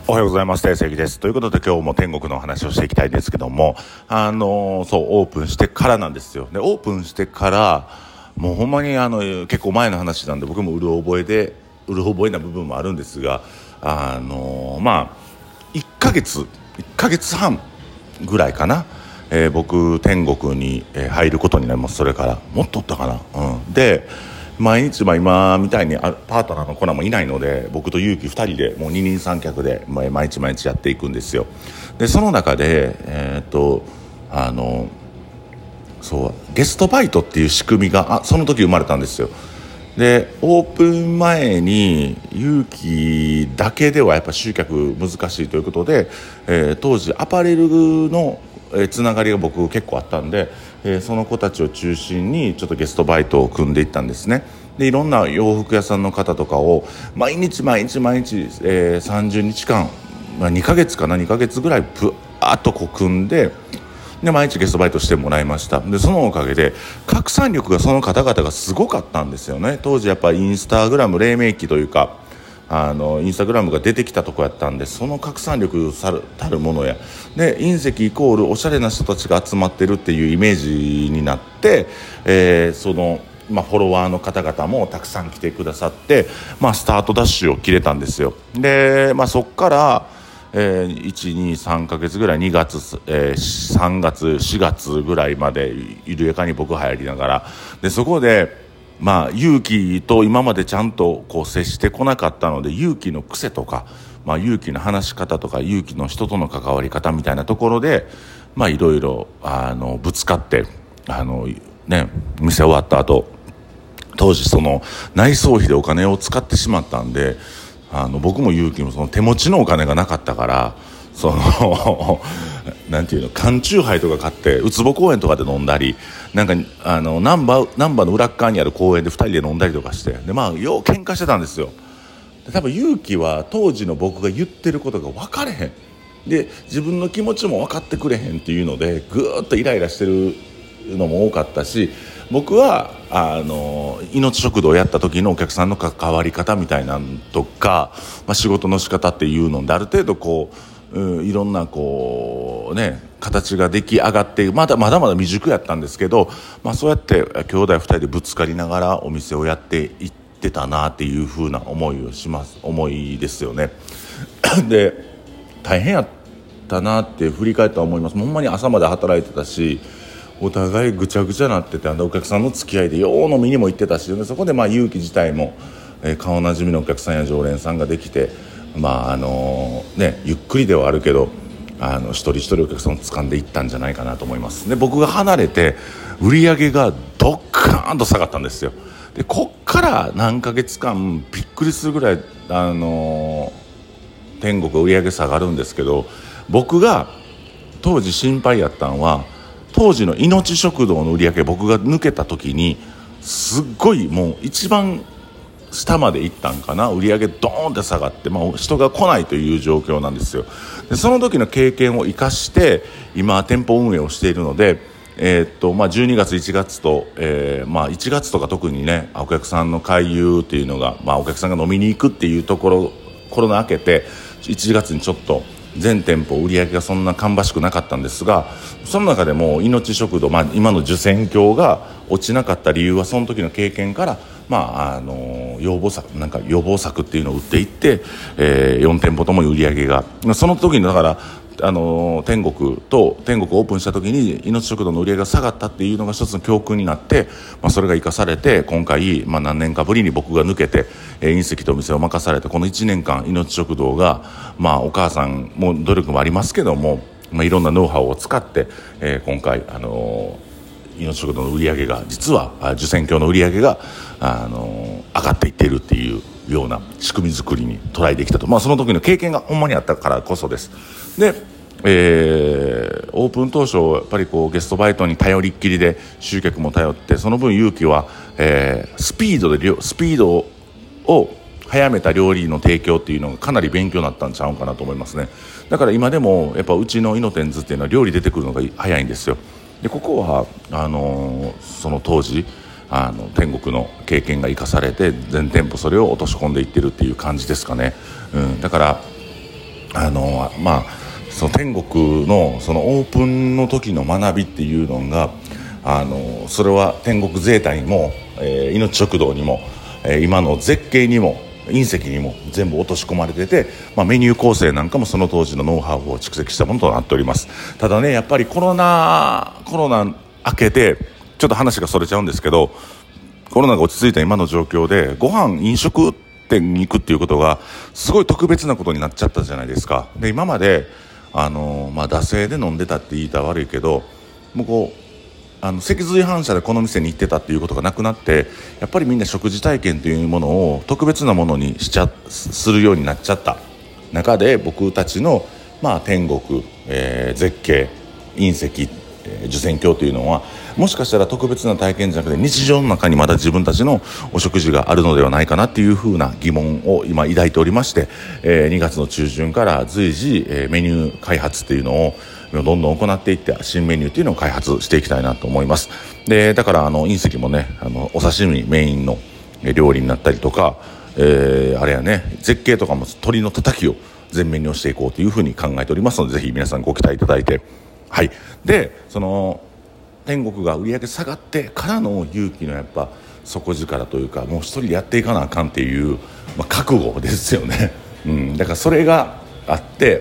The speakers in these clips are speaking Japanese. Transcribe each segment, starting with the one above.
おはようございます。定石です。ということで今日も天国のお話をしていきたいんですけども、オープンしてからなんですよ。で、オープンしてから、もうほんまに結構前の話なんで、僕もうる覚えな部分もあるんですが、1ヶ月半ぐらいかな。僕、天国に入ることになります。それから、もっとおったかな。で、毎日今みたいにパートナーの子らもいないので、僕と勇気2人でもう二人三脚で毎日やっていくんですよ。でその中でゲストバイトっていう仕組みがその時生まれたんですよ。でオープン前に勇気だけではやっぱ集客難しいということで、当時アパレルのつながりが僕結構あったんで、その子たちを中心にちょっとゲストバイトを組んでいったんですね。でいろんな洋服屋さんの方とかを毎日、30日間、2ヶ月ぐらいプワーッと組んで毎日ゲストバイトしてもらいました。でそのおかげで拡散力がその方々がすごかったんですよね。当時やっぱりインスタグラム黎明期というかインスタグラムが出てきたとこやったんで、その拡散力たるものやで隕石イコールおしゃれな人たちが集まってるっていうイメージになって、フォロワーの方々もたくさん来てくださって、スタートダッシュを切れたんですよ。で、そっから1,2,3 ヶ月ぐらい2月、3月4月ぐらいまで緩やかに僕入りながらで、そこで勇気と今までちゃんと接してこなかったので、勇気の癖とか、勇気の話し方とか勇気の人との関わり方みたいなところでいろいろぶつかって店終わった後、当時その内装費でお金を使ってしまったんで、僕も勇気もその手持ちのお金がなかったからなんていうの、缶チューハイとか買ってウツボ公園とかで飲んだり、難波の裏側にある公園で2人で飲んだりとかして、でよう喧嘩してたんですよ。で多分勇気は当時の僕が言ってることが分かれへんで、自分の気持ちも分かってくれへんっていうのでぐーっとイライラしてるのも多かったし、僕は命食堂をやった時のお客さんの関わり方みたいなんとか、仕事の仕方っていうのである程度いろんな形が出来上がってまだまだ未熟やったんですけど、そうやって兄弟2人でぶつかりながらお店をやっていってたなっていう風な思いですよね。で大変やったなって振り返っては思います。ほんまに朝まで働いてたし、お互いぐちゃぐちゃなってて、お客さんの付き合いでよう飲みにも行ってたし、そこで勇気自体も、顔なじみのお客さんや常連さんができて、ゆっくりではあるけど一人一人お客さんを掴んでいったんじゃないかなと思います。で僕が離れて売り上げがドッカーンと下がったんですよ。でこっから何ヶ月間びっくりするぐらい天国売り上げ下がるんですけど、僕が当時心配やったのは、当時の命食堂の売り上げ僕が抜けた時にすっごいもう一番下まで行ったんかな、売り上げドーンって下がって、人が来ないという状況なんですよ。でその時の経験を生かして今店舗運営をしているので、12月1月と、1月とか特にね、お客さんの回遊っていうのが、お客さんが飲みに行くっていうところ、コロナ明けて1月にちょっと全店舗売り上げがそんな芳しくなかったんですが、その中でも命食堂、今の受選況が落ちなかった理由はその時の経験から予防策っていうのを打っていって、4店舗とも売り上げがその時にだから天国オープンした時に命食堂の売り上げが下がったっていうのが一つの教訓になって、それが生かされて今回、何年かぶりに僕が抜けて隕石とお店を任されて、この1年間命食堂が、お母さんも努力もありますけども、いろんなノウハウを使って、今回命食堂の売り上げが実は受選況の売り上げが上がっていっているっていうような仕組み作りにトライできたと、その時の経験がほんまにあったからこそです。で、オープン当初やっぱりゲストバイトに頼りっきりで集客も頼って、その分勇気は、スピードを早めた料理の提供っていうのがかなり勉強になったんちゃうかなと思いますね。だから今でもやっぱうちのイノテンズっていうのは料理出てくるのが早いんですよ。でここはその当時天国の経験が生かされて全店舗それを落とし込んでいってるっていう感じですかね。だからその天国のそのオープンの時の学びっていうのがそれは天国ゼータにも、命食堂にも、今の絶景にも隕石にも全部落とし込まれてて、メニュー構成なんかもその当時のノウハウを蓄積したものとなっております。ただね、やっぱりコロナ明けてちょっと話がそれちゃうんですけど、コロナが落ち着いた今の状況でご飯飲食店に行くっていうことがすごい特別なことになっちゃったじゃないですか。で、今まで惰性で飲んでたって言いたら悪いけど、もうこう脊髄反射でこの店に行ってたっていうことがなくなって、やっぱりみんな食事体験というものを特別なものにするようになっちゃった中で、僕たちの、天国、絶景、隕石、受選鏡というのはもしかしたら特別な体験じゃなくて日常の中にまだ自分たちのお食事があるのではないかなっていうふうな疑問を今抱いておりまして、2月の中旬から随時、メニュー開発っていうのをどんどん行っていって、新メニューっていうのを開発していきたいなと思います。で、だから隕石もね、お刺身メインの料理になったりとか、あれやね、絶景とかも鶏のたたきを全面にしていこうというふうに考えておりますので、ぜひ皆さんご期待いただいて、はい。で、その天国が売り上げ下がってからの勇気のやっぱ底力というか、もう一人でやっていかなあかんっていう、覚悟ですよね。だからそれがあって、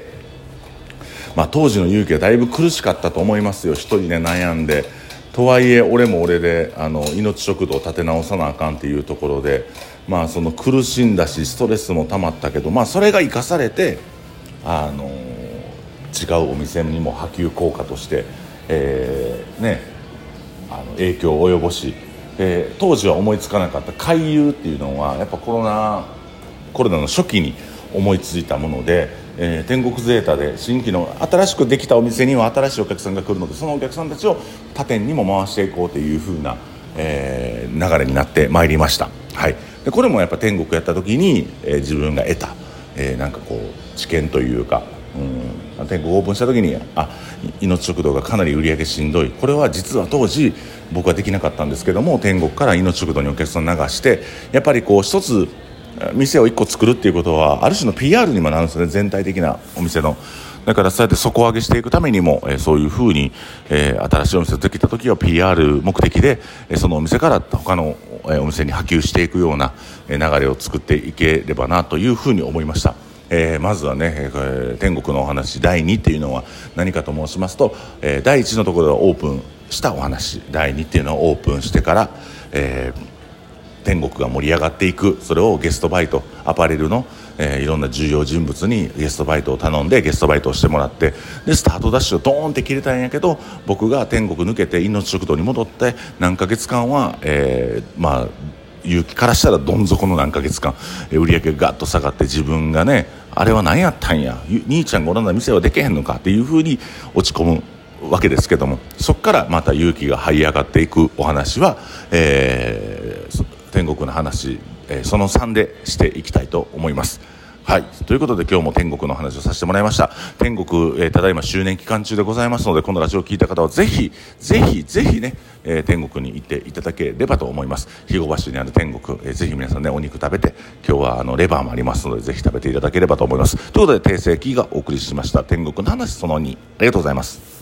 当時の勇気はだいぶ苦しかったと思いますよ。一人で悩んで、とはいえ俺も俺で命食堂を立て直さなあかんっていうところで、その苦しんだしストレスも溜まったけど、それが生かされて違うお店にも波及効果として、影響を及ぼし、当時は思いつかなかった回遊っていうのはやっぱコロナの初期に思いついたもので、天国ゼータで新規の新しくできたお店には新しいお客さんが来るので、そのお客さんたちを他店にも回していこうという風な、流れになってまいりました。はい。でこれもやっぱ天国やった時に、自分が得た、知見というか、天国オープンした時に命食堂がかなり売り上げしんどい、これは実は当時僕はできなかったんですけども、天国から命食堂にお客さん流して、やっぱり一つ店を1個作るっていうことはある種の PR にもなるんですよね、全体的なお店の。だからそうやって底上げしていくためにも、そういうふうに、新しいお店ができた時は PR 目的で、そのお店から他の、お店に波及していくような流れを作っていければなというふうに思いました。まずはね、天国のお話第2っていうのは何かと申しますと、第1のところでオープンしたお話、第2っていうのをオープンしてから、天国が盛り上がっていく、それをゲストバイト、アパレルの、いろんな重要人物にゲストバイトを頼んでゲストバイトをしてもらって、でスタートダッシュをドーンって切れたんやけど、僕が天国抜けて命食堂に戻って何ヶ月間は、勇気からしたらどん底の何ヶ月間、売り上げがガッと下がって、自分がね、あれは何やったんや、兄ちゃんがおらんな店はできへんのかっていうふうに落ち込むわけですけども、そこからまた勇気が這い上がっていくお話は、天国の話、その3でしていきたいと思います。はい。ということで今日も天国の話をさせてもらいました。天国、ただいま周年期間中でございますので、このラジオを聞いた方はぜひね、天国に行っていただければと思います。肥後橋にある天国、ぜひ皆さんね、お肉食べて、今日はレバーもありますので、ぜひ食べていただければと思います。ということで、定世紀がお送りしました天国の話その2、ありがとうございます。